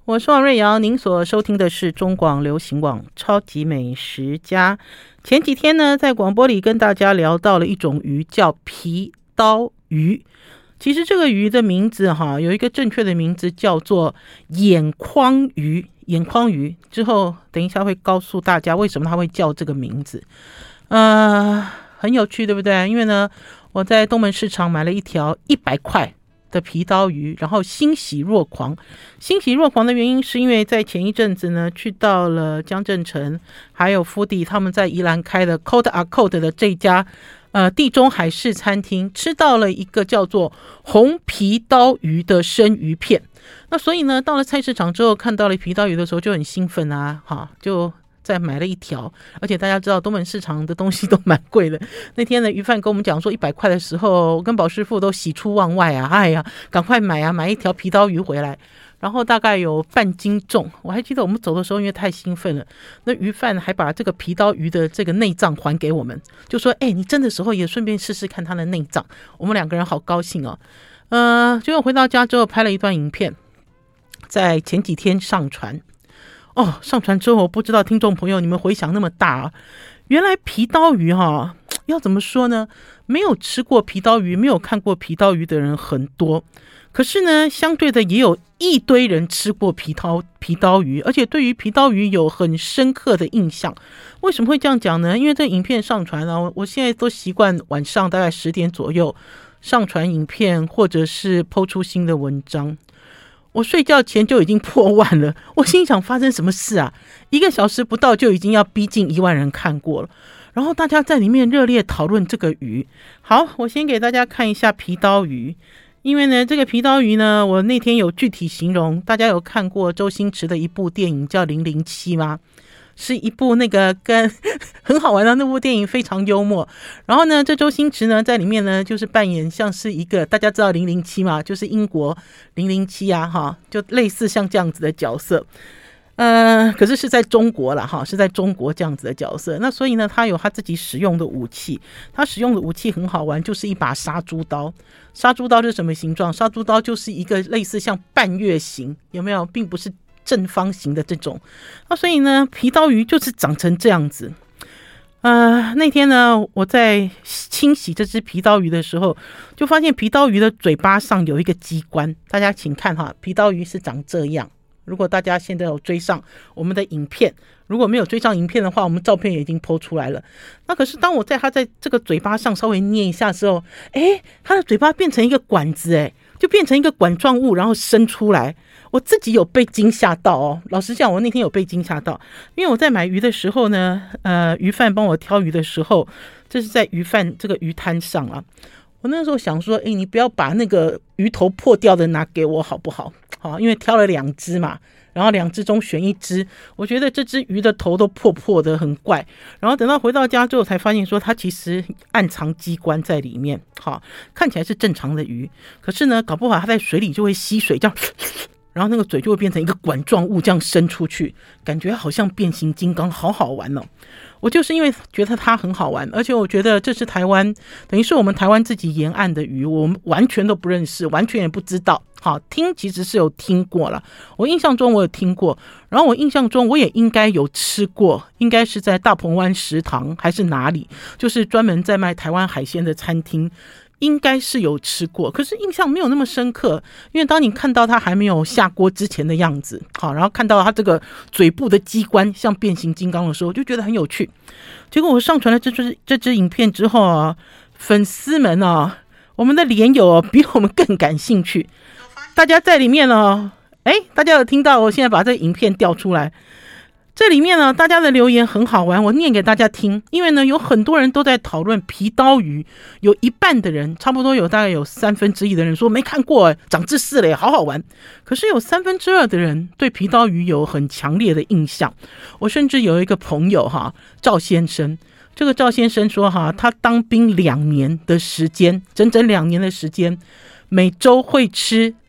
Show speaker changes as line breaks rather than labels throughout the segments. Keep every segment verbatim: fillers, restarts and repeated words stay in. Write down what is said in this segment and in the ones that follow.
我是王瑞瑶，您所收听的是中广流行网超级美食家。前几天呢，在广播里跟大家聊到了一种鱼，叫皮刀鱼。其实这个鱼的名字哈，有一个正确的名字叫做眼眶鱼。眼眶鱼之后，等一下会告诉大家为什么它会叫这个名字。呃，很有趣，对不对？因为呢，我在东门市场买了一条一百块的皮刀鱼，然后欣喜若狂。欣喜若狂的原因是因为在前一阵子呢，去到了江振成还有福迪他们在宜兰开的 Code a Code 的这家呃地中海式餐厅，吃到了一个叫做红皮刀鱼的生鱼片。那所以呢，到了菜市场之后看到了皮刀鱼的时候就很兴奋啊，哈，就再买了一条。而且大家知道东门市场的东西都蛮贵的，那天呢鱼贩跟我们讲说一百块的时候，我跟宝师傅都喜出望外啊，哎呀赶快买啊，买一条皮刀鱼回来，然后大概有半斤重。我还记得我们走的时候因为太兴奋了，那鱼贩还把这个皮刀鱼的这个内脏还给我们，就说哎，你蒸的时候也顺便试试看它的内脏。我们两个人好高兴哦。呃，结果回到家之后拍了一段影片，在前几天上传。哦，上传之后不知道听众朋友你们回响那么大啊。原来皮刀鱼哈、哦，要怎么说呢？没有吃过皮刀鱼，没有看过皮刀鱼的人很多，可是呢，相对的也有一堆人吃过皮刀皮刀鱼，而且对于皮刀鱼有很深刻的印象。为什么会这样讲呢？因为这影片上传啊，我现在都习惯晚上大概十点左右上传影片，或者是 po 出新的文章。我睡觉前就已经破万了，我心想发生什么事啊？一个小时不到就已经要逼近一万人看过了，然后大家在里面热烈讨论这个鱼。好，我先给大家看一下皮刀鱼，因为呢，这个皮刀鱼呢，我那天有具体形容。大家有看过周星驰的一部电影叫《零零七》吗？是一部那个跟很好玩的那部电影，非常幽默。然后呢，这周星驰呢在里面呢就是扮演像是一个，大家知道零零七嘛，就是英国零零七啊，哈，就类似像这样子的角色。呃，可是是在中国啦，哈，是在中国这样子的角色。那所以呢，他有他自己使用的武器，他使用的武器很好玩，就是一把杀猪刀。杀猪刀是什么形状？杀猪刀就是一个类似像半月形，有没有？并不是正方形的这种。那所以呢，皮刀鱼就是长成这样子。呃，那天呢，我在清洗这只皮刀鱼的时候，就发现皮刀鱼的嘴巴上有一个机关。大家请看哈，皮刀鱼是长这样。如果大家现在有追上我们的影片，如果没有追上影片的话，我们照片也已经 po 出来了。那可是当我在它在这个嘴巴上稍微捏一下之后，诶，它的嘴巴变成一个管子，诶，就变成一个管状物，然后伸出来。我自己有被惊吓到哦，老实讲，我那天有被惊吓到，因为我在买鱼的时候呢，呃，鱼贩帮我挑鱼的时候，这是在鱼贩这个鱼摊上啊。我那时候想说，哎，你不要把那个鱼头破掉的拿给我好不好？好，因为挑了两只嘛，然后两只中选一只，我觉得这只鱼的头都破破的，很怪。然后等到回到家之后，才发现说它其实暗藏机关在里面。好，看起来是正常的鱼，可是呢，搞不好它在水里就会吸水，这样。然后那个嘴就会变成一个管状物，这样伸出去，感觉好像变形金刚，好好玩哦。我就是因为觉得它很好玩，而且我觉得这是台湾，等于是我们台湾自己沿岸的鱼，我们完全都不认识，完全也不知道。好，听其实是有听过了，我印象中我有听过，然后我印象中我也应该有吃过，应该是在大鹏湾食堂还是哪里，就是专门在卖台湾海鲜的餐厅，应该是有吃过，可是印象没有那么深刻。因为当你看到它还没有下锅之前的样子，好，然后看到它这个嘴部的机关像变形金刚的时候，就觉得很有趣。结果我上传了这支这支影片之后啊，粉丝们啊，我们的连友啊，比我们更感兴趣。大家在里面呢，哎，大家有听到？我现在把这个影片调出来。这里面呢，大家的留言很好玩，我念给大家听。因为呢，有很多人都在讨论皮刀鱼，有一半的人，差不多有大概有三分之一的人说没看过，长知识了，好好玩。可是有三分之二的人对皮刀鱼有很强烈的印象。我甚至有一个朋友哈，赵先生，这个赵先生说哈，他当兵两年的时间，整整两年的时间，每周会吃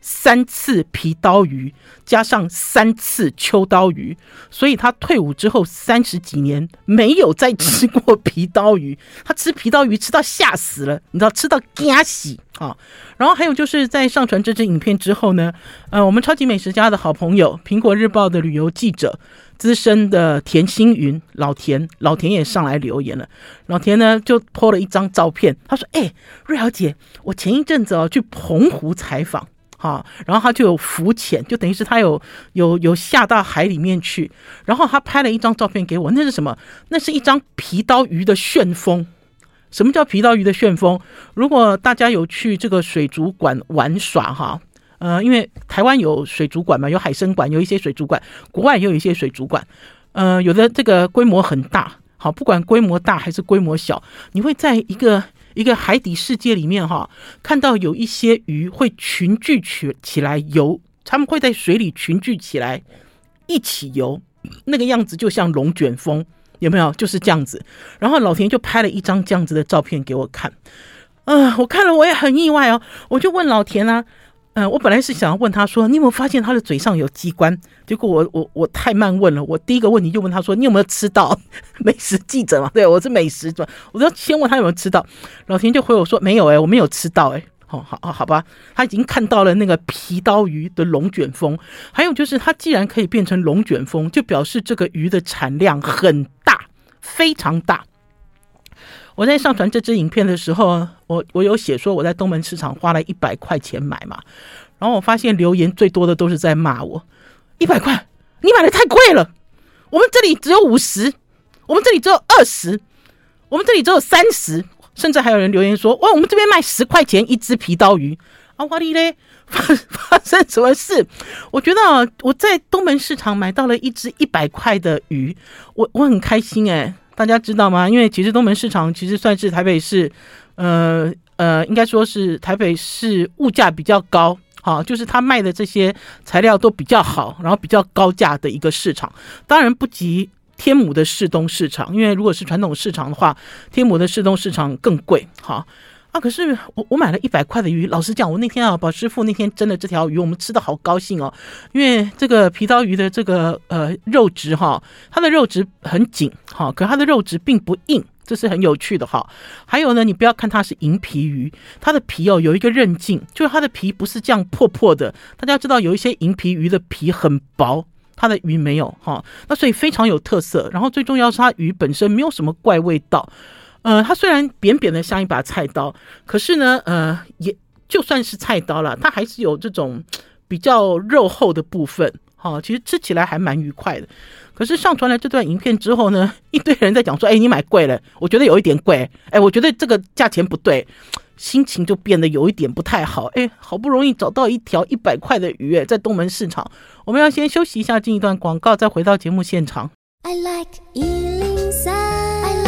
三次皮刀鱼，加上三次秋刀鱼，所以他退伍之后三十几年没有再吃过皮刀鱼。他吃皮刀鱼吃到吓死了，你知道，吃到惊死啊！然后还有就是在上传这支影片之后呢，呃，我们超级美食家的好朋友，苹果日报的旅游记者，资深的田星云老田，老田也上来留言了。老田呢就 po 了一张照片，他说：“哎、欸，瑞瑶姐，我前一阵子哦去澎湖采访。”好，然后他就有浮潜，就等于是他有有有下到海里面去，然后他拍了一张照片给我，那是什么？那是一张皮刀鱼的旋风。什么叫皮刀鱼的旋风？如果大家有去这个水族馆玩耍哈，呃，因为台湾有水族馆嘛，有海参馆，有一些水族馆，国外也有一些水族馆，呃，有的这个规模很大，好，不管规模大还是规模小，你会在一个一个海底世界里面哈，看到有一些鱼会群聚起起来游，他们会在水里群聚起来一起游，那个样子就像龙卷风，有没有？就是这样子。然后老田就拍了一张这样子的照片给我看，呃，我看了我也很意外哦，我就问老田啊，呃，我本来是想要问他说，你有没有发现他的嘴上有机关？结果我我我太慢问了，我第一个问题就问他说，你有没有吃到？美食记者嘛，对，我是美食嘛，我就先问他有没有吃到。老田就回我说没有哎、欸，我没有吃到哎、欸。哦，好好好吧，他已经看到了那个皮刀鱼的龙卷风，还有就是它既然可以变成龙卷风，就表示这个鱼的产量很大，非常大。我在上传这支影片的时候，我我有写说我在东门市场花了一百块钱买嘛，然后我发现留言最多的都是在骂我，一百块你买的太贵了，我们这里只有五十，我们这里只有二十，我们这里只有三十，甚至还有人留言说，哇，我们这边卖十块钱一只皮刀鱼啊，哇哩嘞，发发生什么事？我觉得啊，我在东门市场买到了一只一百块的鱼，我我很开心哎、欸。大家知道吗？因为其实东门市场其实算是台北市，呃呃，应该说是台北市物价比较高，好，就是他卖的这些材料都比较好，然后比较高价的一个市场。当然不及天母的士东市场，因为如果是传统市场的话，天母的士东市场更贵，好。啊！可是我我买了一百块的鱼，老实讲，我那天啊，宝师傅那天蒸的这条鱼，我们吃的好高兴哦，因为这个皮刀鱼的这个呃肉质哈，它的肉质很紧哈，可它的肉质并不硬，这是很有趣的哈。还有呢，你不要看它是银皮鱼，它的皮哦有一个韧劲，就是它的皮不是这样破破的。大家知道有一些银皮鱼的皮很薄。它的鱼没有哈，那所以非常有特色。然后最重要是它鱼本身没有什么怪味道。呃，它虽然扁扁的像一把菜刀，可是呢，呃，也就算是菜刀了，它还是有这种比较肉厚的部分，哈、哦，其实吃起来还蛮愉快的。可是上传了这段影片之后呢，一堆人在讲说，哎，你买贵了，我觉得有一点贵，哎，我觉得这个价钱不对，心情就变得有一点不太好。哎，好不容易找到一条一百块的鱼，哎，在东门市场，我们要先休息一下，进一段广告，再回到节目现场。I like 一零三。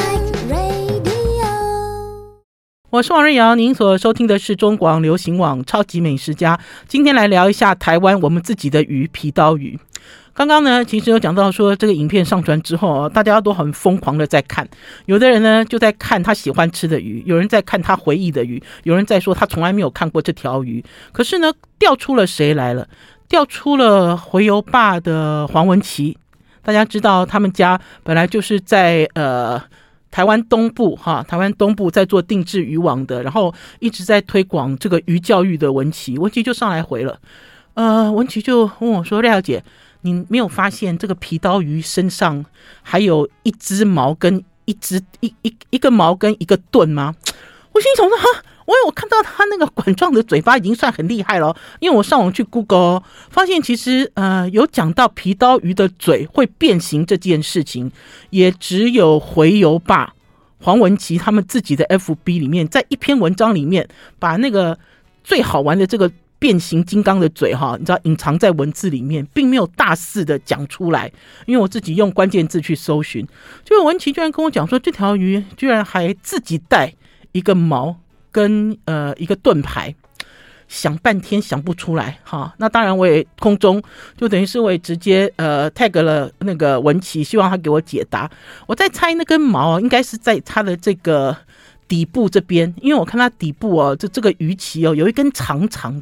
我是王瑞瑶，您所收听的是中广流行网超级美食家。今天来聊一下台湾我们自己的鱼，皮刀鱼。刚刚呢，其实有讲到说这个影片上传之后，大家都很疯狂的在看。有的人呢就在看他喜欢吃的鱼，有人在看他回忆的鱼，有人在说他从来没有看过这条鱼。可是呢，调出了谁来了？调出了回游吧的黄文琪。大家知道他们家本来就是在呃。台湾东部哈，台湾东部在做定制渔网的，然后一直在推广这个鱼教育的文琪，文琪就上来回了，呃，文琪就问我说：“廖姐，你没有发现这个皮刀鱼身上还有一只毛跟一只一一一个毛跟一个盾吗？”我心想说：“哈，我有看到他那个管状的嘴巴已经算很厉害了，因为我上网去 Google 发现其实呃有讲到皮刀鱼的嘴会变形这件事情，也只有回游吧黄文琪他们自己的 F B 里面，在一篇文章里面把那个最好玩的这个变形金刚的嘴哈，你知道隐藏在文字里面，并没有大肆的讲出来，因为我自己用关键字去搜寻，结果文琪居然跟我讲说这条鱼居然还自己带一个毛跟呃一个盾牌，想半天想不出来哈。那当然我也空中就等于是我也直接呃 tag 了那个文琪，希望他给我解答。我在猜那根毛应该是在他的这个底部这边，因为我看他底部哦，这这个鱼鳍哦有一根长长的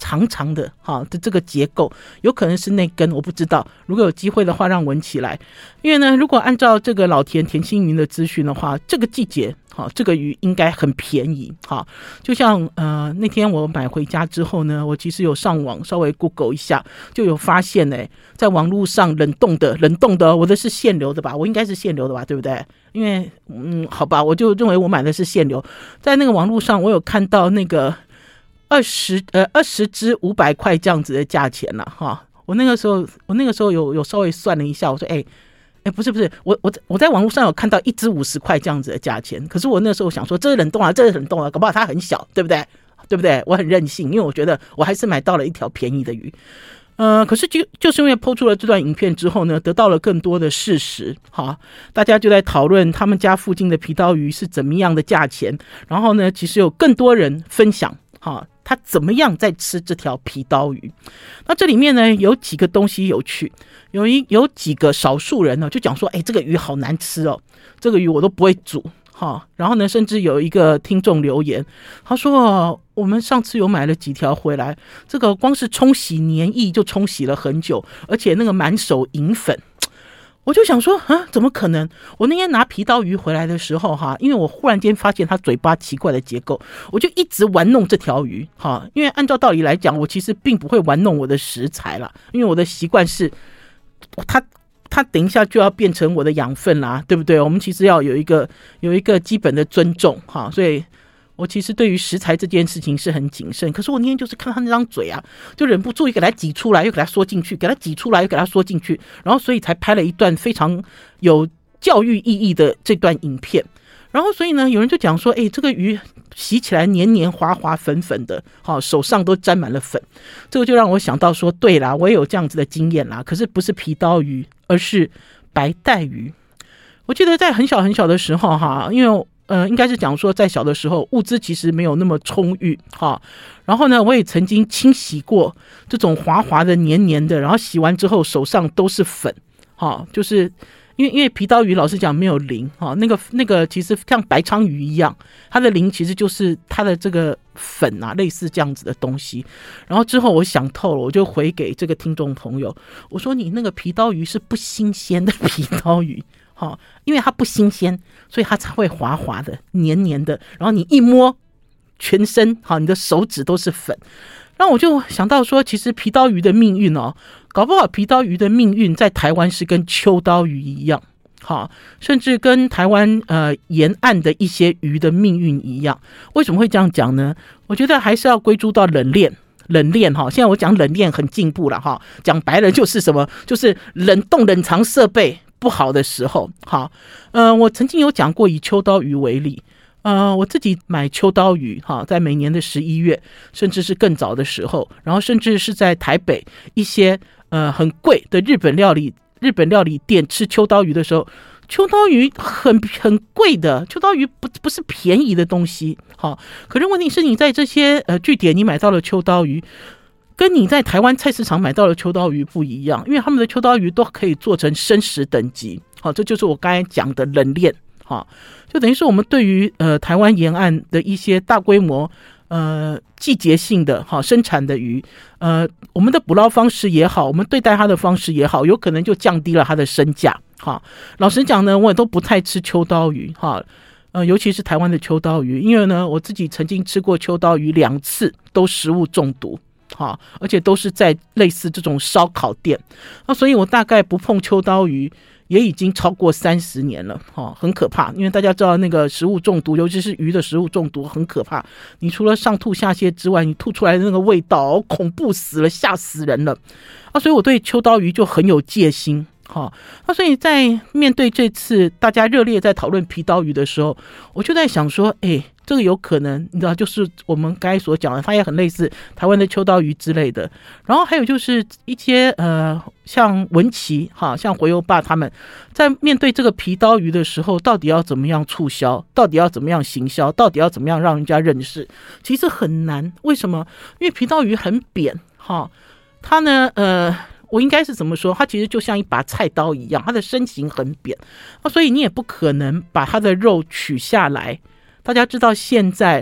长长的哈的这个结构，有可能是那根，我不知道。如果有机会的话，让闻起来。因为呢，如果按照这个老田田青云的资讯的话，这个季节好，这个鱼应该很便宜。好，就像呃那天我买回家之后呢，我其实有上网稍微 Google 一下，就有发现呢、欸，在网络上冷冻的冷冻的，我的是现流的吧？我应该是现流的吧？对不对？因为嗯，好吧，我就认为我买的是现流。在那个网络上，我有看到那个。二十呃二十只五百块这样子的价钱了、啊、哈，我那个时候我那个时候有有稍微算了一下，我说哎哎、欸欸、不是不是，我我我在网络上有看到一只五十块这样子的价钱，可是我那时候想说这是冷冻啊，这是冷冻啊，搞不好它很小，对不对？对不对？我很任性，因为我觉得我还是买到了一条便宜的鱼。呃，可是就就是因为po出了这段影片之后呢，得到了更多的事实，好，大家就在讨论他们家附近的皮刀鱼是怎么样的价钱，然后呢，其实有更多人分享。好，他怎么样在吃这条皮刀鱼？那这里面呢有几个东西有趣，有一有几个少数人呢就讲说，哎，这个鱼好难吃哦，这个鱼我都不会煮。好，然后呢，甚至有一个听众留言，他说我们上次有买了几条回来，这个光是冲洗黏液就冲洗了很久，而且那个满手银粉。我就想说啊，怎么可能？我那天拿皮刀鱼回来的时候哈，因为我忽然间发现它嘴巴奇怪的结构，我就一直玩弄这条鱼哈。因为按照道理来讲，我其实并不会玩弄我的食材啦，因为我的习惯是，它它等一下就要变成我的养分啦，对不对？我们其实要有一个有一个基本的尊重哈，所以。我其实对于食材这件事情是很谨慎，可是我那天就是看他那张嘴啊，就忍不住又给他挤出来，又给他缩进去，给他挤出来，又给他缩进去，然后所以才拍了一段非常有教育意义的这段影片。然后所以呢，有人就讲说，哎，这个鱼洗起来黏黏滑滑粉粉的，好，手上都沾满了粉。这个就让我想到说，对啦，我也有这样子的经验啦，可是不是皮刀鱼，而是白带鱼。我记得在很小很小的时候哈，因为呃，应该是讲说，在小的时候物资其实没有那么充裕哈。然后呢，我也曾经清洗过这种滑滑的、黏黏的，然后洗完之后手上都是粉哈，就是因为因为皮刀鱼老实讲没有鳞哈，那个那个其实像白鲳鱼一样，它的鳞其实就是它的这个粉啊，类似这样子的东西。然后之后我想透了，我就回给这个听众朋友，我说你那个皮刀鱼是不新鲜的皮刀鱼。好，因为它不新鲜，所以它才会滑滑的、黏黏的。然后你一摸，全身好，你的手指都是粉。然后我就想到说，其实皮刀鱼的命运哦，搞不好皮刀鱼的命运在台湾是跟秋刀鱼一样，好，甚至跟台湾呃沿岸的一些鱼的命运一样。为什么会这样讲呢？我觉得还是要归诸到冷链。冷链哈，现在我讲冷链很进步了哈，讲白了就是什么，就是冷冻冷藏设备不好的时候。好，呃，我曾经有讲过以秋刀鱼为例，呃，我自己买秋刀鱼哈，在每年的十一月，甚至是更早的时候，然后甚至是在台北一些呃很贵的日本料理日本料理店吃秋刀鱼的时候。秋刀鱼很很贵的，秋刀鱼不不是便宜的东西，好，可是问题是你在这些呃据点你买到了秋刀鱼，跟你在台湾菜市场买到的秋刀鱼不一样，因为他们的秋刀鱼都可以做成生食等级，好，这就是我刚才讲的冷链，好，就等于是我们对于呃台湾沿岸的一些大规模呃季节性的哈生产的鱼，呃我们的捕捞方式也好，我们对待它的方式也好，有可能就降低了它的身价。好，老实讲呢，我也都不太吃秋刀鱼哈，呃，尤其是台湾的秋刀鱼，因为呢，我自己曾经吃过秋刀鱼两次，都食物中毒，哈，而且都是在类似这种烧烤店，那所以我大概不碰秋刀鱼也已经超过三十年了，哈，很可怕，因为大家知道那个食物中毒，尤其是鱼的食物中毒很可怕，你除了上吐下泻之外，你吐出来的那个味道，恐怖死了，吓死人了，啊，所以我对秋刀鱼就很有戒心。好，那所以在面对这次大家热烈在讨论皮刀鱼的时候，我就在想说，哎，这个有可能，你知道，就是我们刚才所讲的，它也很类似台湾的秋刀鱼之类的。然后还有就是一些呃，像文琪哈，像回游爸他们在面对这个皮刀鱼的时候，到底要怎么样促销，到底要怎么样行销，到底要怎么样让人家认识，其实很难。为什么？因为皮刀鱼很扁哈，它呢，呃。我应该是怎么说？它其实就像一把菜刀一样，它的身形很扁，啊，所以你也不可能把它的肉取下来。大家知道现在，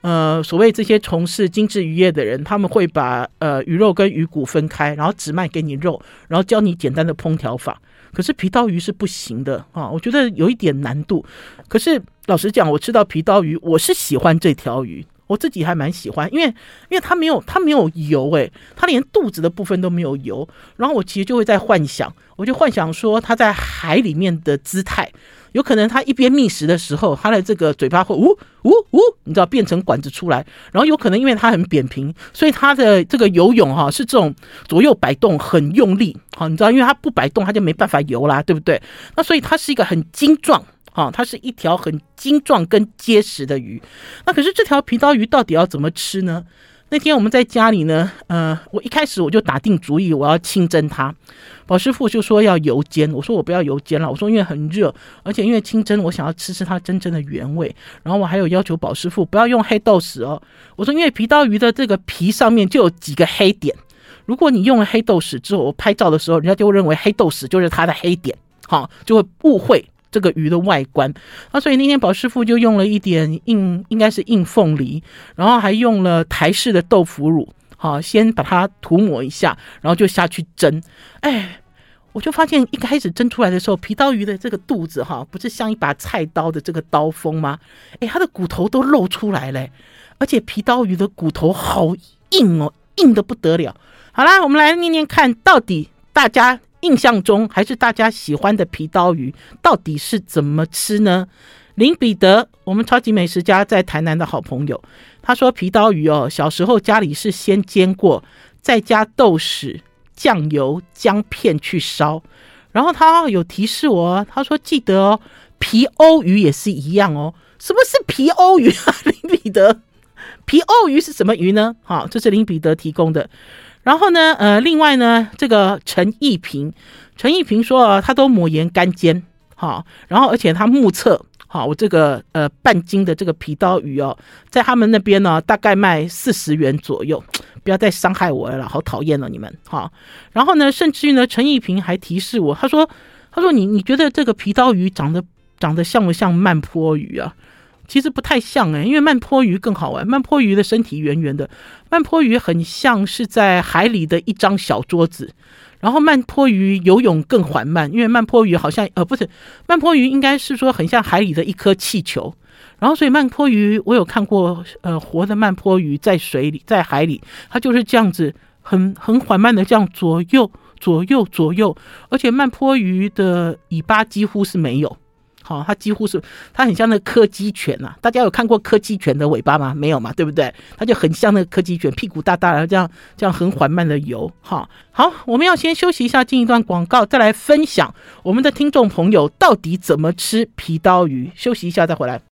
呃所谓这些从事精致渔业的人，他们会把呃鱼肉跟鱼骨分开，然后只卖给你肉，然后教你简单的烹调法。可是皮刀鱼是不行的啊，我觉得有一点难度。可是老实讲，我吃到皮刀鱼，我是喜欢这条鱼，我自己还蛮喜欢，因为因为它没有它没有油诶、欸，它连肚子的部分都没有油。然后我其实就会在幻想，我就幻想说它在海里面的姿态，有可能它一边觅食的时候，它的这个嘴巴会呜呜呜，你知道变成管子出来。然后有可能因为它很扁平，所以它的这个游泳哈、啊、是这种左右摆动很用力，好，你知道，因为它不摆动它就没办法游啦，对不对？那所以它是一个很精壮。哦、它是一条很精壮跟结实的鱼。那可是这条皮刀鱼到底要怎么吃呢？那天我们在家里呢，呃，我一开始我就打定主意我要清蒸它。宝师傅就说要油煎，我说我不要油煎了，我说因为很热，而且因为清蒸我想要吃吃它真正的原味。然后我还有要求宝师傅不要用黑豆豉哦，我说因为皮刀鱼的这个皮上面就有几个黑点，如果你用了黑豆豉之后，我拍照的时候人家就会认为黑豆豉就是它的黑点，好，就会误会这个鱼的外观。那所以那天宝师傅就用了一点硬，应该是硬凤梨，然后还用了台式的豆腐乳，好，先把它涂抹一下，然后就下去蒸。哎，我就发现一开始蒸出来的时候，皮刀鱼的这个肚子哈，不是像一把菜刀的这个刀锋吗？哎，它的骨头都露出来了，而且皮刀鱼的骨头好硬哦，硬得不得了。好啦，我们来念念看，到底大家印象中还是大家喜欢的皮刀鱼到底是怎么吃呢？林彼得，我们超级美食家在台南的好朋友，他说皮刀鱼哦，小时候家里是先煎过，再加豆豉、酱油、姜片去烧。然后他有提示我，他说记得哦，皮欧鱼也是一样哦。什么是皮欧鱼啊？林彼得，皮欧鱼是什么鱼呢？好，这是林彼得提供的。然后呢，呃，另外呢，这个陈义平，陈义平说啊，他都抹盐干煎，好，然后而且他目测，好，我这个呃半斤的这个皮刀鱼哦，在他们那边呢，大概卖四十元左右，不要再伤害我了啦，好讨厌了你们，好。然后呢，甚至于呢，陈义平还提示我，他说，他说你你觉得这个皮刀鱼长得长得像不像曼波鱼啊？其实不太像哎、欸，因为曼波鱼更好玩。曼波鱼的身体圆圆的，曼波鱼很像是在海里的一张小桌子。然后曼波鱼游泳更缓慢，因为曼波鱼好像呃不是，曼波鱼应该是说很像海里的一颗气球。然后所以曼波鱼我有看过呃活的曼波鱼在水里在海里，它就是这样子很很缓慢的这样左右左右左右，而且曼波鱼的尾巴几乎是没有。好、哦，它几乎是，它很像那个柯基犬啊！大家有看过柯基犬的尾巴吗？没有嘛，对不对？它就很像那个柯基犬，屁股大大的，这样这样很缓慢的游。哈，好，我们要先休息一下，进一段广告，再来分享我们的听众朋友到底怎么吃皮刀鱼。休息一下再回来。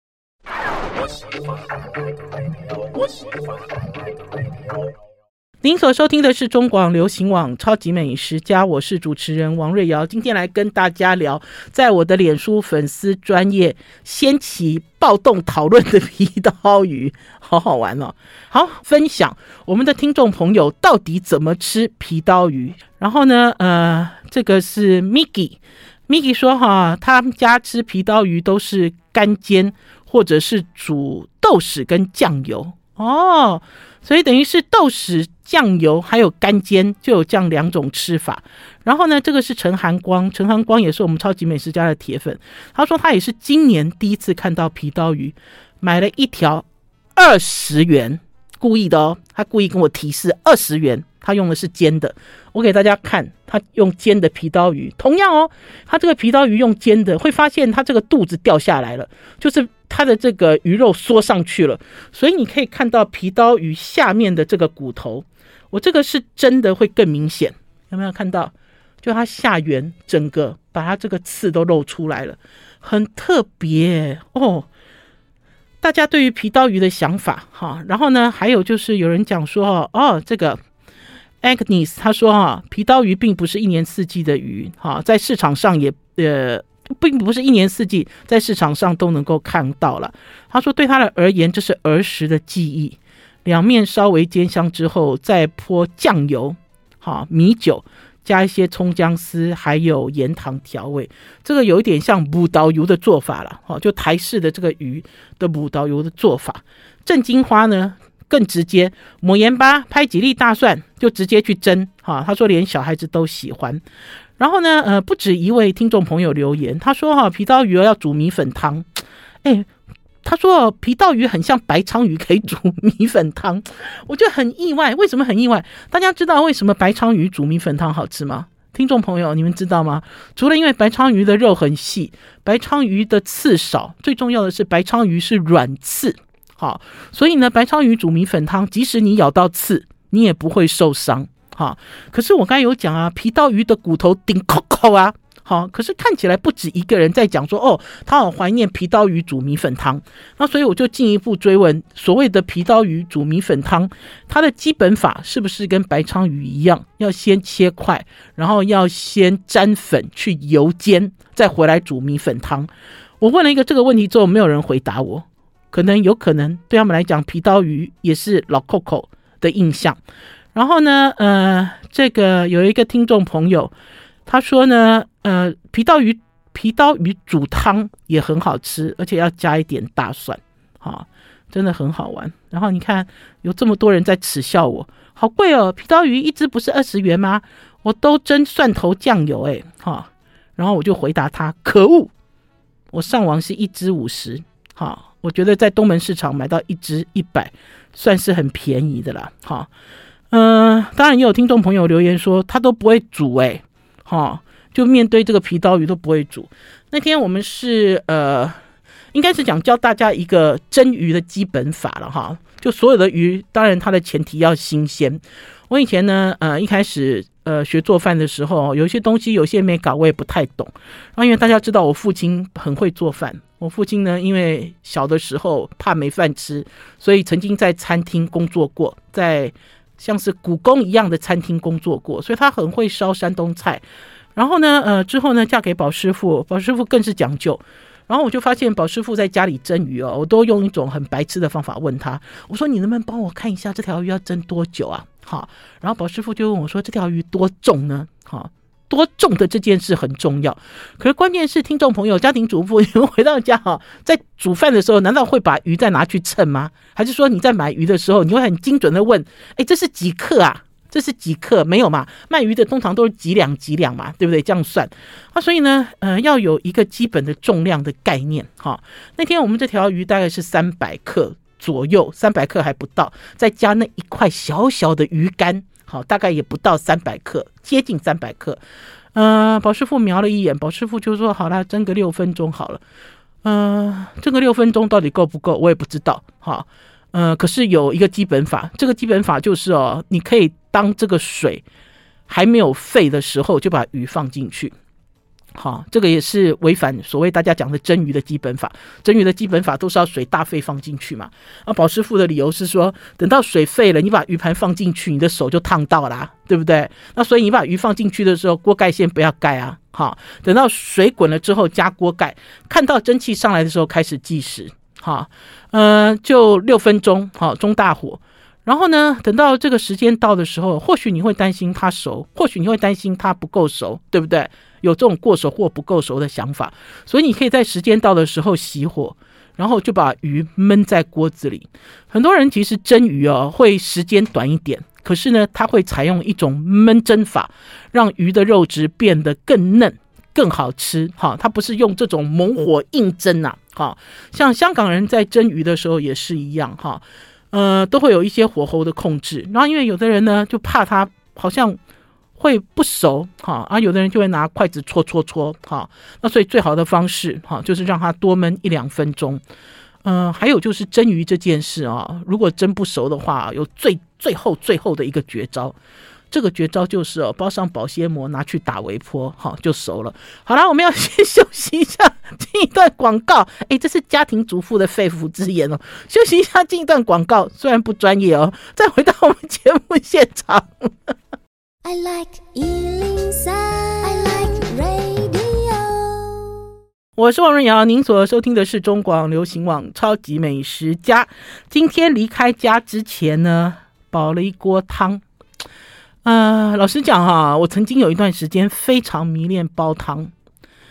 您所收听的是中广流行网超级美食家，我是主持人王瑞瑶。今天来跟大家聊，在我的脸书粉丝专页掀起暴动讨论的皮刀鱼，好好玩哦！好，分享我们的听众朋友到底怎么吃皮刀鱼。然后呢，呃，这个是 Miki，Miki 说哈，他们家吃皮刀鱼都是干煎或者是煮豆豉跟酱油哦。所以等于是豆豉、酱油还有干煎，就有这样两种吃法。然后呢，这个是陈寒光，陈寒光也是我们超级美食家的铁粉。他说他也是今年第一次看到皮刀鱼，买了一条二十元，故意的哦，他故意跟我提示二十元，他用的是煎的。我给大家看，他用煎的皮刀鱼，同样哦，他这个皮刀鱼用煎的，会发现他这个肚子掉下来了，就是它的这个鱼肉缩上去了，所以你可以看到皮刀鱼下面的这个骨头，我这个是真的会更明显，有没有看到？就它下缘整个把它这个刺都露出来了，很特别哦。大家对于皮刀鱼的想法哈，然后呢，还有就是有人讲说哦，这个 Agnes 他说哈，皮刀鱼并不是一年四季的鱼哈，在市场上也呃。并不是一年四季在市场上都能够看到了。他说对他的而言，这是儿时的记忆。两面稍微煎香之后，再泼酱油、好米酒，加一些葱姜丝，还有盐糖调味。这个有一点像母刀油的做法了，就台式的这个鱼的母刀油的做法。 正金花呢更直接，抹盐巴，拍几粒大蒜就直接去蒸。哈，他说连小孩子都喜欢。然后呢，呃，不止一位听众朋友留言，他说哈，皮刀鱼要煮米粉汤。哎，他说皮刀鱼很像白鲳鱼，可以煮米粉汤。我觉得很意外，为什么很意外？大家知道为什么白鲳鱼煮米粉汤好吃吗？听众朋友，你们知道吗？除了因为白鲳鱼的肉很细，白鲳鱼的刺少，最重要的是白鲳鱼是软刺。好，所以呢，白鲳鱼煮米粉汤，即使你咬到刺，你也不会受伤。好，可是我刚才有讲啊，皮刀鱼的骨头顶扣扣啊。好，可是看起来不止一个人在讲说，哦，他好怀念皮刀鱼煮米粉汤。那所以我就进一步追问，所谓的皮刀鱼煮米粉汤，它的基本法是不是跟白鲳鱼一样，要先切块，然后要先沾粉去油煎，再回来煮米粉汤？我问了一个这个问题之后，没有人回答我。可能有可能对他们来讲，皮刀鱼也是老扣扣的印象。然后呢，呃，这个有一个听众朋友，他说呢，呃，皮刀鱼皮刀鱼煮汤也很好吃，而且要加一点大蒜，好，真的很好玩。然后你看，有这么多人在耻笑我，好贵哦，皮刀鱼一只不是二十元吗？我都蒸蒜头酱油，哎，哈。然后我就回答他，可恶，我上网是一只五十，好。我觉得在东门市场买到一只一百，算是很便宜的啦。哈，嗯、呃，当然也有听众朋友留言说他都不会煮、欸，哎，哈，就面对这个皮刀鱼都不会煮。那天我们是呃，应该是讲教大家一个蒸鱼的基本法了哈。就所有的鱼，当然它的前提要新鲜。我以前呢，呃，一开始呃学做饭的时候，有一些东西有些没搞，我也不太懂。然后因为大家知道我父亲很会做饭。我父亲呢，因为小的时候怕没饭吃，所以曾经在餐厅工作过，在像是古宫一样的餐厅工作过，所以他很会烧山东菜。然后呢，呃，之后呢，嫁给宝师傅，宝师傅更是讲究。然后我就发现宝师傅在家里蒸鱼哦，我都用一种很白痴的方法问他，我说你能不能帮我看一下这条鱼要蒸多久啊？好，然后宝师傅就问我说这条鱼多重呢？好。多重的这件事很重要，可是关键是听众朋友、家庭主妇，你们回到家哈，在煮饭的时候，难道会把鱼再拿去称吗？还是说你在买鱼的时候，你会很精准的问，哎，这是几克啊？这是几克？没有嘛？卖鱼的通常都是几两几两嘛，对不对？这样算啊，所以呢，呃，要有一个基本的重量的概念哈。那天我们这条鱼大概是三百克左右，三百克还不到，再加那一块小小的鱼干。好，大概也不到三百克，接近三百克。呃，宝师傅瞄了一眼，宝师傅就说：“好啦，蒸个六分钟好了。”呃，蒸个六分钟到底够不够，我也不知道。好，呃，可是有一个基本法，这个基本法就是哦，你可以当这个水还没有沸的时候，就把鱼放进去。好，这个也是违反所谓大家讲的蒸鱼的基本法。蒸鱼的基本法都是要水大沸放进去嘛。啊，宝师傅的理由是说，等到水沸了，你把鱼盘放进去，你的手就烫到啦，对不对？那所以你把鱼放进去的时候，锅盖先不要盖啊。好，等到水滚了之后加锅盖，看到蒸汽上来的时候开始计时。好，呃，就六分钟，好，中大火。然后呢，等到这个时间到的时候，或许你会担心它熟，或许你会担心它不够熟，对不对？有这种过熟或不够熟的想法，所以你可以在时间到的时候熄火，然后就把鱼焖在锅子里。很多人其实蒸鱼哦，会时间短一点，可是呢，他会采用一种焖蒸法，让鱼的肉质变得更嫩、更好吃。哈，它不是用这种猛火硬蒸啊。哈，像香港人在蒸鱼的时候也是一样哈。呃，都会有一些火候的控制，然后因为有的人呢就怕它好像会不熟哈，啊，有的人就会拿筷子戳戳戳哈，那所以最好的方式哈就是让它多焖一两分钟。呃，还有就是蒸鱼这件事啊，如果蒸不熟的话，有最最后最后的一个绝招。这个绝招就是哦，包上保鲜膜，拿去打微波，好就熟了。好了，我们要先休息一下，进一段广告。哎，这是家庭主妇的肺腑之言哦。休息一下，进一段广告，虽然不专业哦。再回到我们节目现场。I like 一零三 I like radio。我是王润瑶，您所收听的是中广流行网超级美食家。今天离开家之前呢，煲了一锅汤。呃，老实讲哈，我曾经有一段时间非常迷恋煲汤。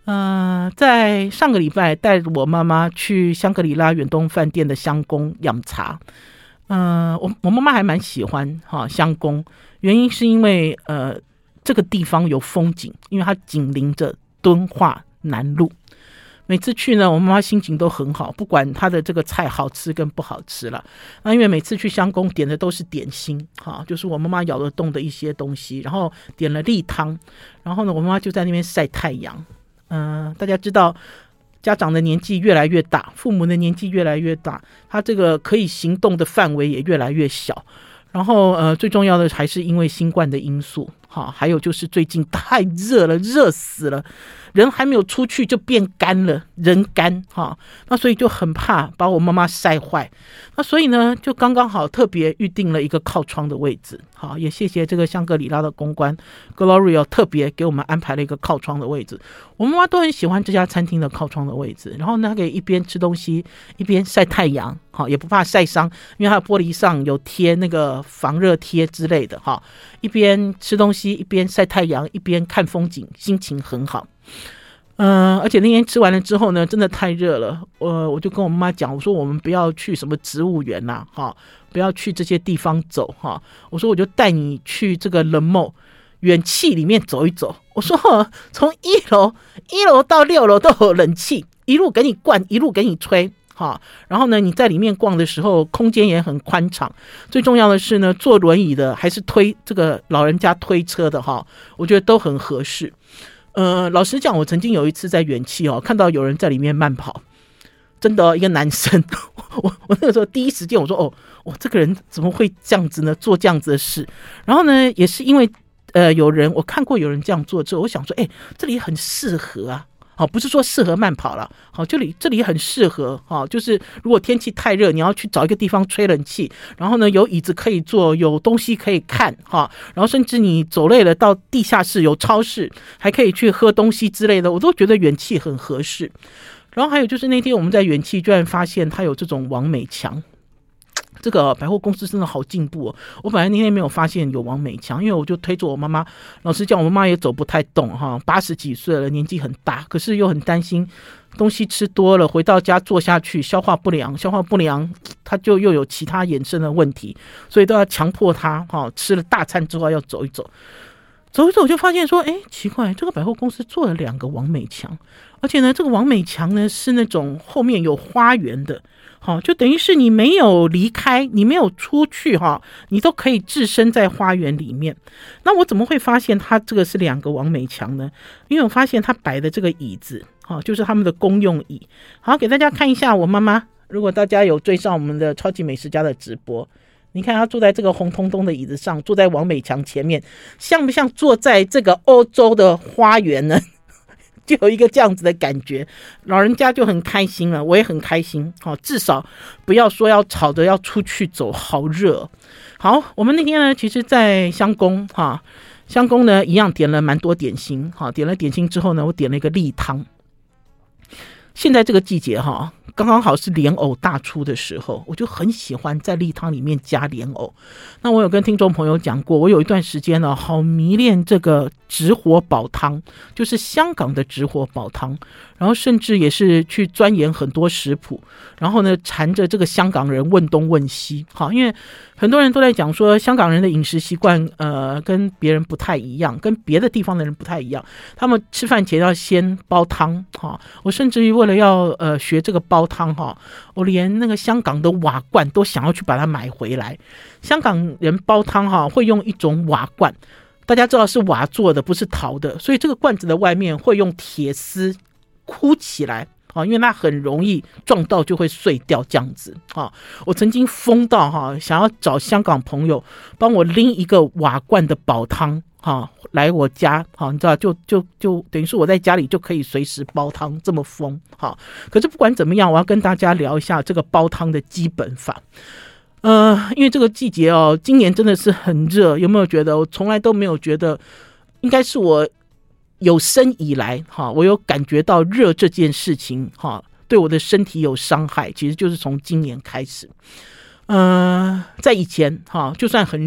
呃，在上个礼拜带我妈妈去香格里拉远东饭店的香宫养茶。呃，我我妈妈还蛮喜欢哈香宫，原因是因为呃这个地方有风景，因为它紧邻着敦化南路。每次去呢，我妈妈心情都很好，不管她的这个菜好吃跟不好吃了。那因为每次去香宫点的都是点心，哈，就是我妈妈咬得动的一些东西，然后点了例汤，然后呢，我妈妈就在那边晒太阳。嗯、呃，大家知道，家长的年纪越来越大，父母的年纪越来越大，他这个可以行动的范围也越来越小。然后呃，最重要的还是因为新冠的因素，哈，还有就是最近太热了，热死了，人还没有出去就变干了，人干哈，那所以就很怕把我妈妈晒坏，那所以呢，就刚刚好特别预定了一个靠窗的位置，好，也谢谢这个香格里拉的公关 Gloria 特别给我们安排了一个靠窗的位置。我妈妈都很喜欢这家餐厅的靠窗的位置，然后呢，可以一边吃东西一边晒太阳，好，也不怕晒伤，因为它的玻璃上有贴那个防热贴之类的，哈，一边吃东西一边晒太阳一边看风景，心情很好。嗯、呃，而且那天吃完了之后呢，真的太热了，呃，我就跟我妈妈讲，我说我们不要去什么植物园啦、啊，哈，不要去这些地方走哈，我说我就带你去这个冷漠远气里面走一走。我说从一楼一楼到六楼都有冷气，一路给你灌，一路给你吹。哈，然后呢，你在里面逛的时候，空间也很宽敞。最重要的是呢，坐轮椅的还是推这个老人家推车的哈，我觉得都很合适。呃，老实讲，我曾经有一次在远气哦，看到有人在里面慢跑，真的、哦、一个男生，我我那个时候第一时间我说哦，我这个人怎么会这样子呢？做这样子的事。然后呢，也是因为呃有人我看过有人这样做之后，我想说，哎，这里很适合啊。好，不是说适合慢跑了，好，这里这里很适合，好，就是如果天气太热，你要去找一个地方吹冷气，然后呢有椅子可以坐，有东西可以看，哈，然后甚至你走累了到地下室有超市，还可以去喝东西之类的，我都觉得远气很合适。然后还有就是那天我们在远气居然发现它有这种网美墙。这个百货公司真的好进步哦！我本来那天没有发现有网美墙，因为我就推着我妈妈。老实讲，我妈妈也走不太动哈，八十几岁了，年纪很大，可是又很担心东西吃多了回到家坐下去消化不良，消化不良她就又有其他衍生的问题，所以都要强迫她哈吃了大餐之后要走一走。走一走就发现说，哎，奇怪，这个百货公司做了两个网美墙，而且呢，这个网美墙呢是那种后面有花园的。好，就等于是你没有离开，你没有出去哈，你都可以置身在花园里面。那我怎么会发现它这个是两个网美墙呢？因为我发现它摆的这个椅子，好，就是他们的公用椅。好，给大家看一下我妈妈。如果大家有追上我们的超级美食家的直播，你看她坐在这个红彤彤的椅子上，坐在网美墙前面，像不像坐在这个欧洲的花园呢？就有一个这样子的感觉，老人家就很开心了，我也很开心。好，至少不要说要吵着要出去走，好热。好，我们那天呢，其实在香宫哈，香宫呢一样点了蛮多点心。好，点了点心之后呢，我点了一个例汤。现在这个季节哈，刚刚好是莲藕大出的时候，我就很喜欢在例汤里面加莲藕。那我有跟听众朋友讲过，我有一段时间呢，好迷恋这个直火煲汤，就是香港的直火煲汤，然后甚至也是去钻研很多食谱，然后呢缠着这个香港人问东问西。好，因为很多人都在讲说香港人的饮食习惯呃跟别人不太一样，跟别的地方的人不太一样，他们吃饭前要先煲汤。好，我甚至于为了要呃学这个煲汤哈，我连那个香港的瓦罐都想要去把它买回来。香港人煲汤哈会用一种瓦罐，大家知道是瓦做的，不是陶的，所以这个罐子的外面会用铁丝箍起来。因为它很容易撞到就会碎掉这样子。我曾经疯到想要找香港朋友帮我拎一个瓦罐的煲汤来我家，你知道就就就等于是我在家里就可以随时煲汤，这么疯。可是不管怎么样，我要跟大家聊一下这个煲汤的基本法。呃，因为这个季节哦，今年真的是很热，有没有觉得？我从来都没有觉得，应该是我有生以来哈，我有感觉到热这件事情哈，对我的身体有伤害，其实就是从今年开始。呃，在以前哈，就算很热，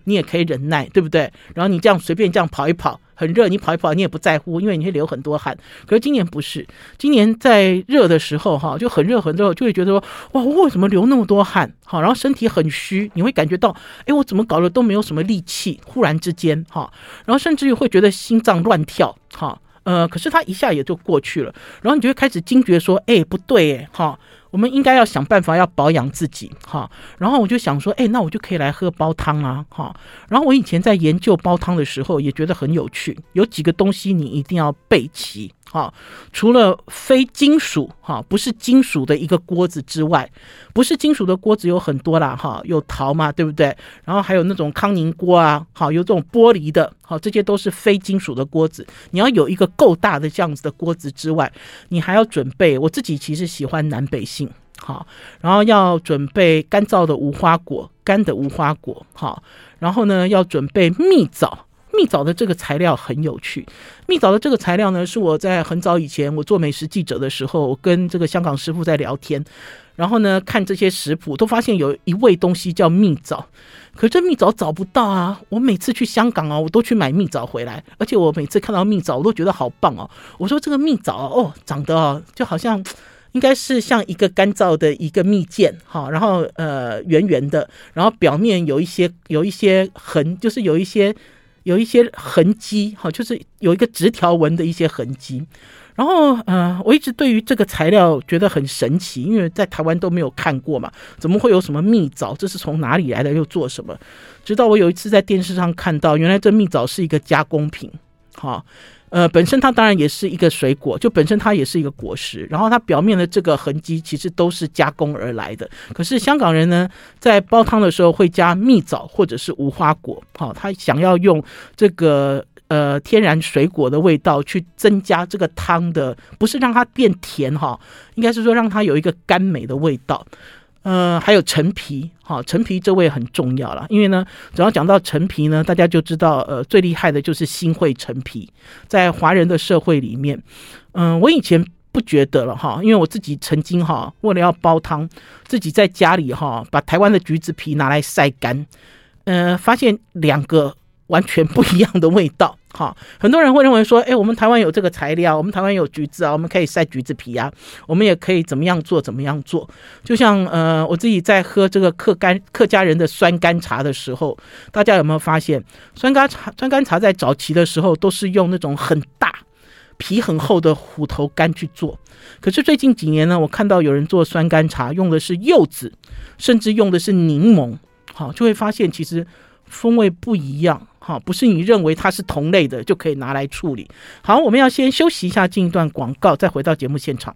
你也可以忍耐，对不对？然后你这样随便这样跑一跑，很热，你跑一跑你也不在乎，因为你会流很多汗。可是今年不是，今年在热的时候哈，就很热很热，就会觉得说，哇，我为什么流那么多汗？好，然后身体很虚，你会感觉到，哎，我怎么搞的都没有什么力气，忽然之间哈，然后甚至于会觉得心脏乱跳，哈，呃，可是它一下也就过去了，然后你就会开始惊觉说，哎，不对，哎，哈。我们应该要想办法要保养自己哈，然后我就想说，哎，那我就可以来喝煲汤啊哈。然后我以前在研究煲汤的时候也觉得很有趣，有几个东西你一定要备齐哈。除了非金属哈，不是金属的一个锅子之外，不是金属的锅子有很多啦哈，有陶嘛，对不对？然后还有那种康宁锅啊，好，有这种玻璃的，好，这些都是非金属的锅子。你要有一个够大的这样子的锅子之外，你还要准备，我自己其实喜欢南北杏。好，然后要准备干燥的无花果，干的无花果，好，然后呢要准备蜜枣。蜜枣的这个材料很有趣，蜜枣的这个材料呢，是我在很早以前我做美食记者的时候，我跟这个香港师傅在聊天，然后呢看这些食谱，都发现有一味东西叫蜜枣，可这蜜枣找不到啊！我每次去香港哦，我都去买蜜枣回来，而且我每次看到蜜枣，我都觉得好棒哦。我说这个蜜枣哦，长得哦就好像。应该是像一个干燥的一个蜜饯，然后呃圆圆的，然后表面有一些有一些痕，就是有一些有一些痕迹，就是有一个直条纹的一些痕迹。然后呃，我一直对于这个材料觉得很神奇，因为在台湾都没有看过嘛，怎么会有什么蜜枣？这是从哪里来的？又做什么？直到我有一次在电视上看到，原来这蜜枣是一个加工品，好。呃，本身它当然也是一个水果，就本身它也是一个果实，然后它表面的这个痕迹其实都是加工而来的。可是香港人呢，在煲汤的时候会加蜜枣或者是无花果，好、哦，他想要用这个呃天然水果的味道去增加这个汤的，不是让它变甜哈、哦，应该是说让它有一个甘美的味道。呃，还有陈皮，好，陈皮这味很重要了，因为呢，只要讲到陈皮呢，大家就知道，呃，最厉害的就是新会陈皮，在华人的社会里面，嗯、呃，我以前不觉得了哈，因为我自己曾经哈，为了要煲汤，自己在家里哈，把台湾的橘子皮拿来晒干，呃，发现两个完全不一样的味道。好，很多人会认为说，哎，我们台湾有这个材料，我们台湾有橘子啊，我们可以晒橘子皮啊，我们也可以怎么样做怎么样做。就像呃，我自己在喝这个客干客家人的酸甘茶的时候，大家有没有发现，酸甘茶酸甘茶在早期的时候都是用那种很大皮很厚的虎头柑去做，可是最近几年呢，我看到有人做酸甘茶用的是柚子，甚至用的是柠檬，好，就会发现其实风味不一样。好，不是你认为它是同类的就可以拿来处理。好，我们要先休息一下，进一段广告，再回到节目现场。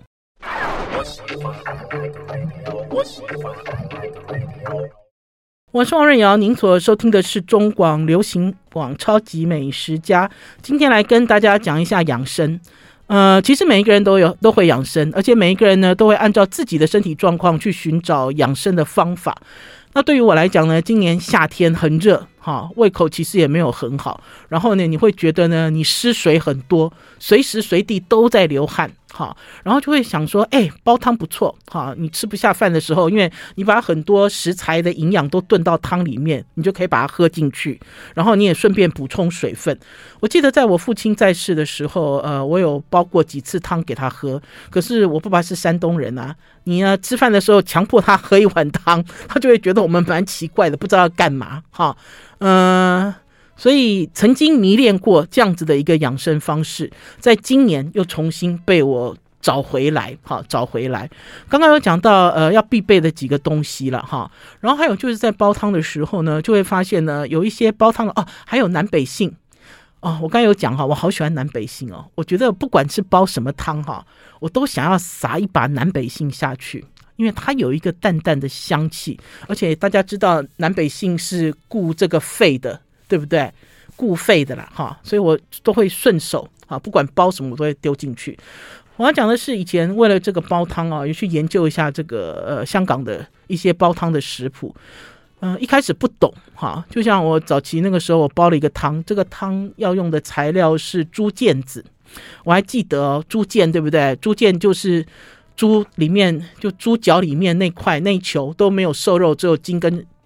我是王瑞瑶，您所收听的是中广流行网超级美食家。今天来跟大家讲一下养生。呃，其实每一个人都有都会养生，而且每一个人呢都会按照自己的身体状况去寻找养生的方法。那对于我来讲呢，今年夏天很热，哈，胃口其实也没有很好。然后呢，你会觉得呢，你失水很多，随时随地都在流汗，哈，然后就会想说，哎，煲汤不错，哈，你吃不下饭的时候，因为你把很多食材的营养都炖到汤里面，你就可以把它喝进去，然后你也顺便补充水分。我记得在我父亲在世的时候，呃，我有煲过几次汤给他喝，可是我爸爸是山东人啊，你呢吃饭的时候强迫他喝一碗汤，他就会觉得我们蛮奇怪的，不知道要干嘛，哈，嗯、呃。所以曾经迷恋过这样子的一个养生方式，在今年又重新被我找回来，好，找回来。刚刚有讲到呃要必备的几个东西了哈，然后还有就是在煲汤的时候呢，就会发现呢有一些煲汤的哦，还有南北杏哦，我刚才有讲哈，我好喜欢南北杏哦，我觉得不管是煲什么汤哈，我都想要撒一把南北杏下去。因为它有一个淡淡的香气，而且大家知道南北杏是顾这个肺的，对不对？顾肺的啦哈，所以我都会顺手啊，不管煲什么我都会丢进去。我要讲的是以前为了这个煲汤啊，也去研究一下这个呃香港的一些煲汤的食谱。嗯、呃，一开始不懂哈，就像我早期那个时候，我煲了一个汤，这个汤要用的材料是猪腱子，我还记得哦，猪腱对不对？猪腱就是猪里面就猪脚里面那块那一球都没有瘦肉，只有筋跟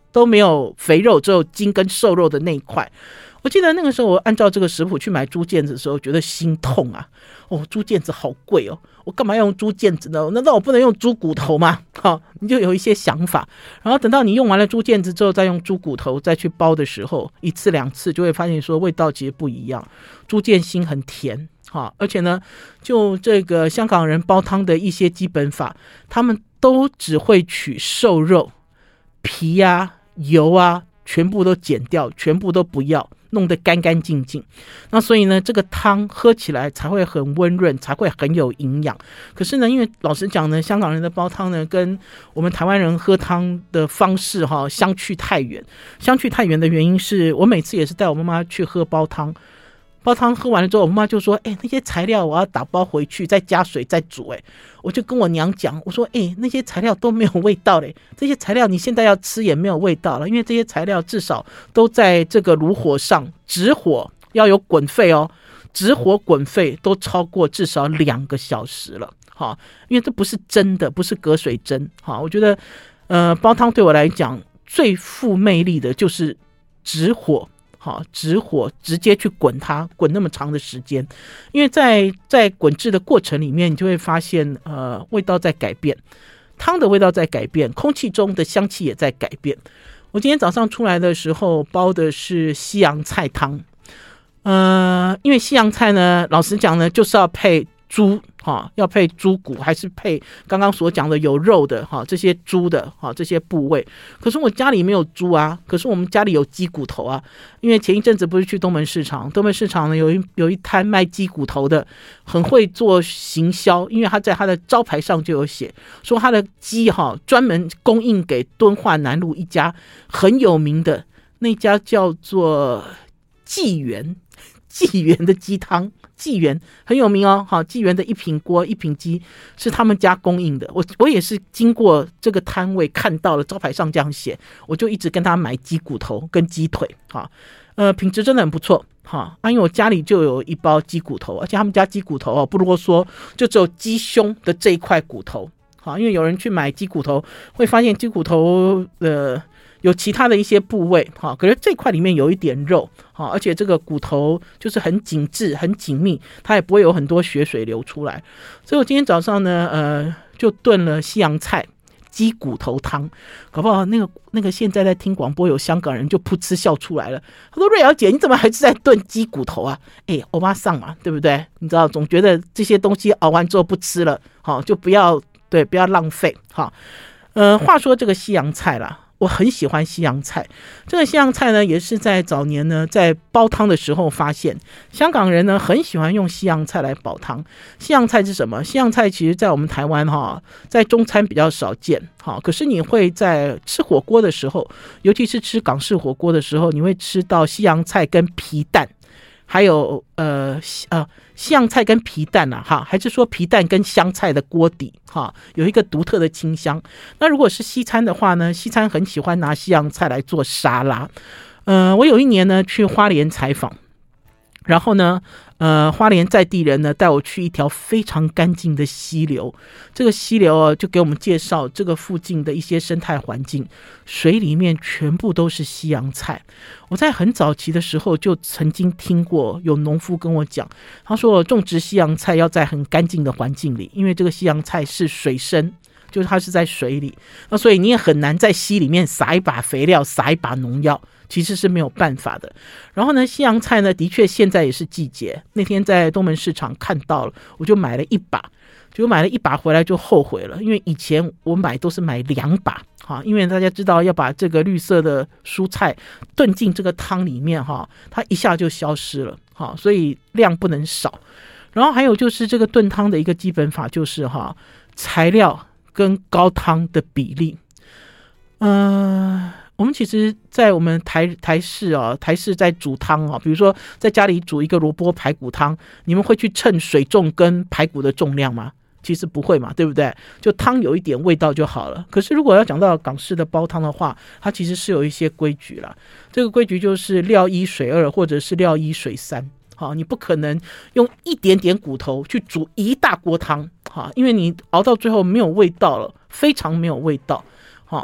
都没有肥肉，只有筋跟瘦肉的那一块。我记得那个时候我按照这个食谱去买猪腱子的时候，觉得心痛啊！哦，猪腱子好贵哦，我干嘛要用猪腱子呢？难道我不能用猪骨头吗？好，你就有一些想法。然后等到你用完了猪腱子之后，再用猪骨头再去煲的时候，一次两次就会发现说味道其实不一样。猪腱心很甜，好，而且呢，就这个香港人煲汤的一些基本法，他们都只会取瘦肉、皮啊、油啊，全部都剪掉，全部都不要。弄得干干净净，那所以呢，这个汤喝起来才会很温润，才会很有营养。可是呢，因为老实讲呢，香港人的煲汤呢，跟我们台湾人喝汤的方式哈、哦、相去太远。相去太远的原因是我每次也是带我妈妈去喝煲汤，煲汤喝完了之后，我妈妈就说：“哎、欸，那些材料我要打包回去，再加水再煮。”哎，我就跟我娘讲，我说：“哎、欸，那些材料都没有味道嘞，这些材料你现在要吃也没有味道了，因为这些材料至少都在这个炉火上，直火要有滚沸哦，直火滚沸都超过至少两个小时了。好，因为这不是蒸的，不是隔水蒸。好，我觉得，呃，煲汤对我来讲最富魅力的就是直火。”好，直火直接去滚它，滚那么长的时间，因为在在滚制的过程里面，你就会发现，呃，味道在改变，汤的味道在改变，空气中的香气也在改变。我今天早上出来的时候煲的是西洋菜汤，呃，因为西洋菜呢，老实讲呢，就是要配猪哈，要配猪骨，还是配刚刚所讲的有肉的哈，这些猪的哈，这些部位。可是我家里没有猪啊，可是我们家里有鸡骨头啊。因为前一阵子不是去东门市场，东门市场呢有一有一摊卖鸡骨头的，很会做行销，因为他在他的招牌上就有写说他的鸡哈专门供应给敦化南路一家很有名的那家叫做纪元纪元的鸡汤。纪元很有名哦，好，纪元的一品锅一品鸡是他们家供应的。我我也是经过这个摊位看到了招牌上这样写，我就一直跟他买鸡骨头跟鸡腿，哈，呃，品质真的很不错，哈，啊，因为我家里就有一包鸡骨头，而且他们家鸡骨头哦不啰嗦，就只有鸡胸的这一块骨头，好，因为有人去买鸡骨头会发现鸡骨头呃。有其他的一些部位，可是这块里面有一点肉，而且这个骨头就是很紧致很紧密，它也不会有很多血水流出来。所以我今天早上呢呃，就炖了西洋菜鸡骨头汤，搞不好那个那个现在在听广播有香港人就噗嗤笑出来了，他说：“瑞瑶姐，你怎么还是在炖鸡骨头啊？哎，欧巴桑嘛，对不对？你知道，总觉得这些东西熬完之后不吃了，好，就不要对不要浪费。好，呃，话说这个西洋菜啦。”我很喜欢西洋菜，这个西洋菜呢，也是在早年呢，在煲汤的时候发现，香港人呢很喜欢用西洋菜来煲汤。西洋菜是什么？西洋菜其实在我们台湾哈，在中餐比较少见，哈，可是你会在吃火锅的时候，尤其是吃港式火锅的时候，你会吃到西洋菜跟皮蛋。还有呃呃西洋菜跟皮蛋啊，哈，还是说皮蛋跟香菜的锅底哈，有一个独特的清香。那如果是西餐的话呢，西餐很喜欢拿西洋菜来做沙拉。呃，我有一年呢去花莲采访，然后呢，呃，花莲在地人呢带我去一条非常干净的溪流，这个溪流啊就给我们介绍这个附近的一些生态环境，水里面全部都是西洋菜。我在很早期的时候就曾经听过有农夫跟我讲，他说种植西洋菜要在很干净的环境里，因为这个西洋菜是水生，就是它是在水里，那所以你也很难在溪里面撒一把肥料，撒一把农药，其实是没有办法的。然后呢，西洋菜呢，的确现在也是季节。那天在东门市场看到了，我就买了一把，就买了一把回来就后悔了，因为以前我买都是买两把，哈，因为大家知道要把这个绿色的蔬菜炖进这个汤里面，哈，它一下就消失了，哈，所以量不能少。然后还有就是这个炖汤的一个基本法就是哈，材料跟高汤的比例，呃，我们其实在我们台台式啊，台式在煮汤啊，比如说在家里煮一个萝卜排骨汤，你们会去称水重跟排骨的重量吗？其实不会嘛，对不对？就汤有一点味道就好了。可是如果要讲到港式的煲汤的话，它其实是有一些规矩啦。这个规矩就是料一水二，或者是料一水三。好，你不可能用一点点骨头去煮一大锅汤，好，因为你熬到最后没有味道了，非常没有味道。好，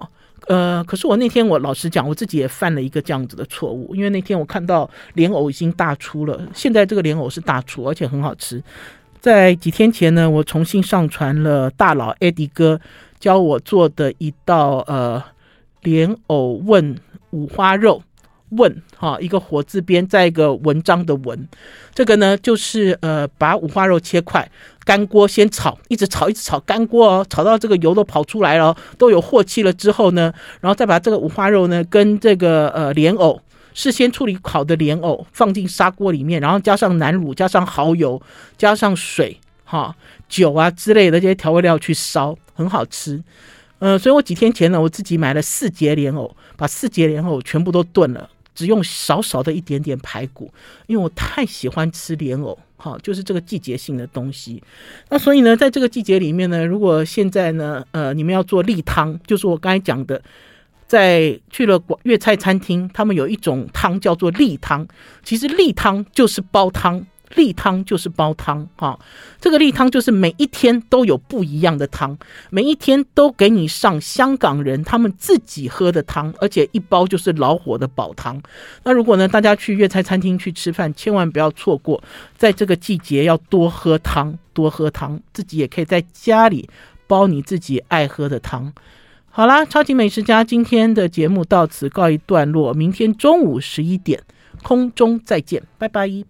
呃，可是我那天我老实讲，我自己也犯了一个这样子的错误，因为那天我看到莲藕已经大出了，现在这个莲藕是大出，而且很好吃。在几天前呢，我重新上传了大佬 Eddie 哥教我做的一道呃莲藕问五花肉。问哈，一个火字边再一个文章的文，这个呢就是呃把五花肉切块，干锅先炒，一直炒一直炒，干锅哦，炒到这个油都跑出来了，都有镬气了之后呢，然后再把这个五花肉呢跟这个呃莲藕，事先处理好的莲藕放进砂锅里面，然后加上南乳，加上蚝油，加上水哈酒啊之类的这些调味料去烧，很好吃。呃，所以我几天前呢，我自己买了四节莲藕，把四节莲藕全部都炖了。只用少少的一点点排骨，因为我太喜欢吃莲藕，好，就是这个季节性的东西。那所以呢，在这个季节里面呢，如果现在呢，呃，你们要做例汤，就是我刚才讲的，在去了粤菜餐厅，他们有一种汤叫做例汤，其实例汤就是煲汤。例汤就是煲汤、哦、这个例汤就是每一天都有不一样的汤，每一天都给你上香港人他们自己喝的汤，而且一包就是老火的煲汤。那如果呢大家去粤菜餐厅去吃饭，千万不要错过，在这个季节要多喝汤，多喝汤，自己也可以在家里煲你自己爱喝的汤。好啦，超级美食家今天的节目到此告一段落，明天中午十一点空中再见，拜拜。